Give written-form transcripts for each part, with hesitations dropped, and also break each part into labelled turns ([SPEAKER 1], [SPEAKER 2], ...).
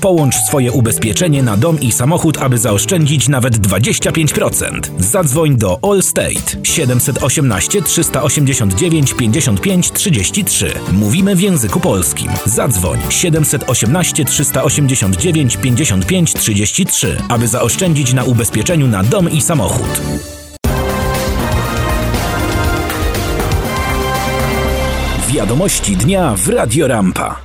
[SPEAKER 1] Połącz swoje ubezpieczenie na dom i samochód, aby zaoszczędzić nawet 25%. Zadzwoń do Allstate 718 389 55 33. Mówimy w języku polskim. Zadzwoń 718 389 55 33, aby zaoszczędzić na ubezpieczeniu na dom i samochód. Wiadomości dnia w Radio Rampa.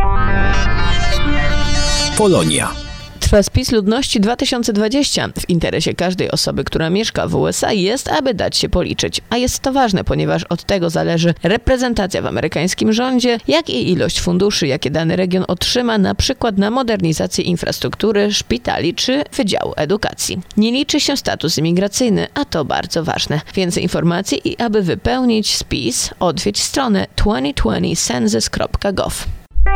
[SPEAKER 1] Polonia.
[SPEAKER 2] Trwa spis ludności 2020. W interesie każdej osoby, która mieszka w USA jest, aby dać się policzyć. A jest to ważne, ponieważ od tego zależy reprezentacja w amerykańskim rządzie, jak i ilość funduszy, jakie dany region otrzyma, na przykład na modernizację infrastruktury, szpitali czy wydziału edukacji. Nie liczy się status imigracyjny, a to bardzo ważne. Więcej informacji i aby wypełnić spis, odwiedź stronę 2020census.gov.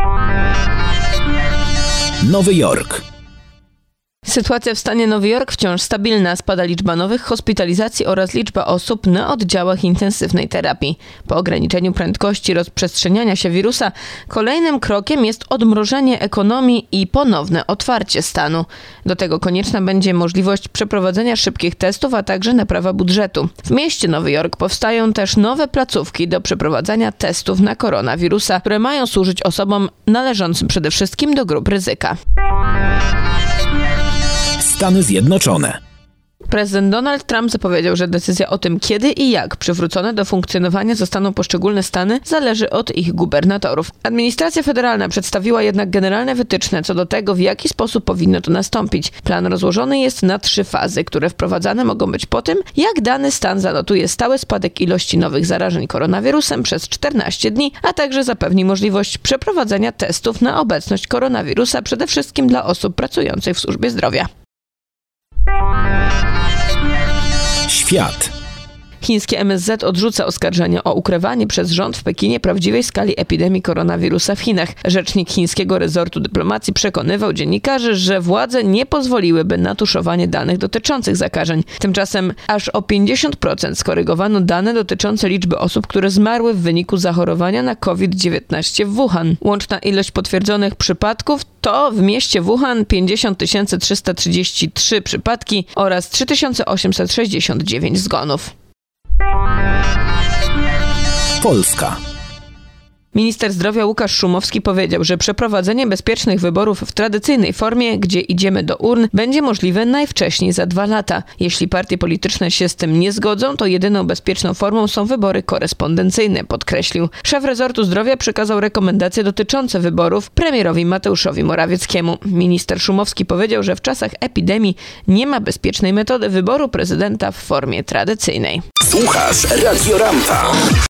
[SPEAKER 1] Nowy Jork.
[SPEAKER 2] Sytuacja w stanie Nowy Jork wciąż stabilna. Spada liczba nowych hospitalizacji oraz liczba osób na oddziałach intensywnej terapii. Po ograniczeniu prędkości rozprzestrzeniania się wirusa, kolejnym krokiem jest odmrożenie ekonomii i ponowne otwarcie stanu. Do tego konieczna będzie możliwość przeprowadzenia szybkich testów, a także naprawa budżetu. W mieście Nowy Jork powstają też nowe placówki do przeprowadzania testów na koronawirusa, które mają służyć osobom należącym przede wszystkim do grup ryzyka.
[SPEAKER 1] Stany Zjednoczone.
[SPEAKER 2] Prezydent Donald Trump zapowiedział, że decyzja o tym, kiedy i jak przywrócone do funkcjonowania zostaną poszczególne stany, zależy od ich gubernatorów. Administracja federalna przedstawiła jednak generalne wytyczne co do tego, w jaki sposób powinno to nastąpić. Plan rozłożony jest na 3 fazy, które wprowadzane mogą być po tym, jak dany stan zanotuje stały spadek ilości nowych zarażeń koronawirusem przez 14 dni, a także zapewni możliwość przeprowadzenia testów na obecność koronawirusa przede wszystkim dla osób pracujących w służbie zdrowia.
[SPEAKER 1] Świat.
[SPEAKER 2] Chińskie MSZ odrzuca oskarżenia o ukrywanie przez rząd w Pekinie prawdziwej skali epidemii koronawirusa w Chinach. Rzecznik chińskiego rezortu dyplomacji przekonywał dziennikarzy, że władze nie pozwoliłyby na tuszowanie danych dotyczących zakażeń. Tymczasem aż o 50% skorygowano dane dotyczące liczby osób, które zmarły w wyniku zachorowania na COVID-19 w Wuhan. Łączna ilość potwierdzonych przypadków to w mieście Wuhan 50 333 przypadki oraz 3869 zgonów.
[SPEAKER 1] Polska.
[SPEAKER 2] Minister zdrowia Łukasz Szumowski powiedział, że przeprowadzenie bezpiecznych wyborów w tradycyjnej formie, gdzie idziemy do urn, będzie możliwe najwcześniej za 2 lata. Jeśli partie polityczne się z tym nie zgodzą, to jedyną bezpieczną formą są wybory korespondencyjne, podkreślił. Szef resortu zdrowia przekazał rekomendacje dotyczące wyborów premierowi Mateuszowi Morawieckiemu. Minister Szumowski powiedział, że w czasach epidemii nie ma bezpiecznej metody wyboru prezydenta w formie tradycyjnej.
[SPEAKER 1] Słuchasz Radio Rampa.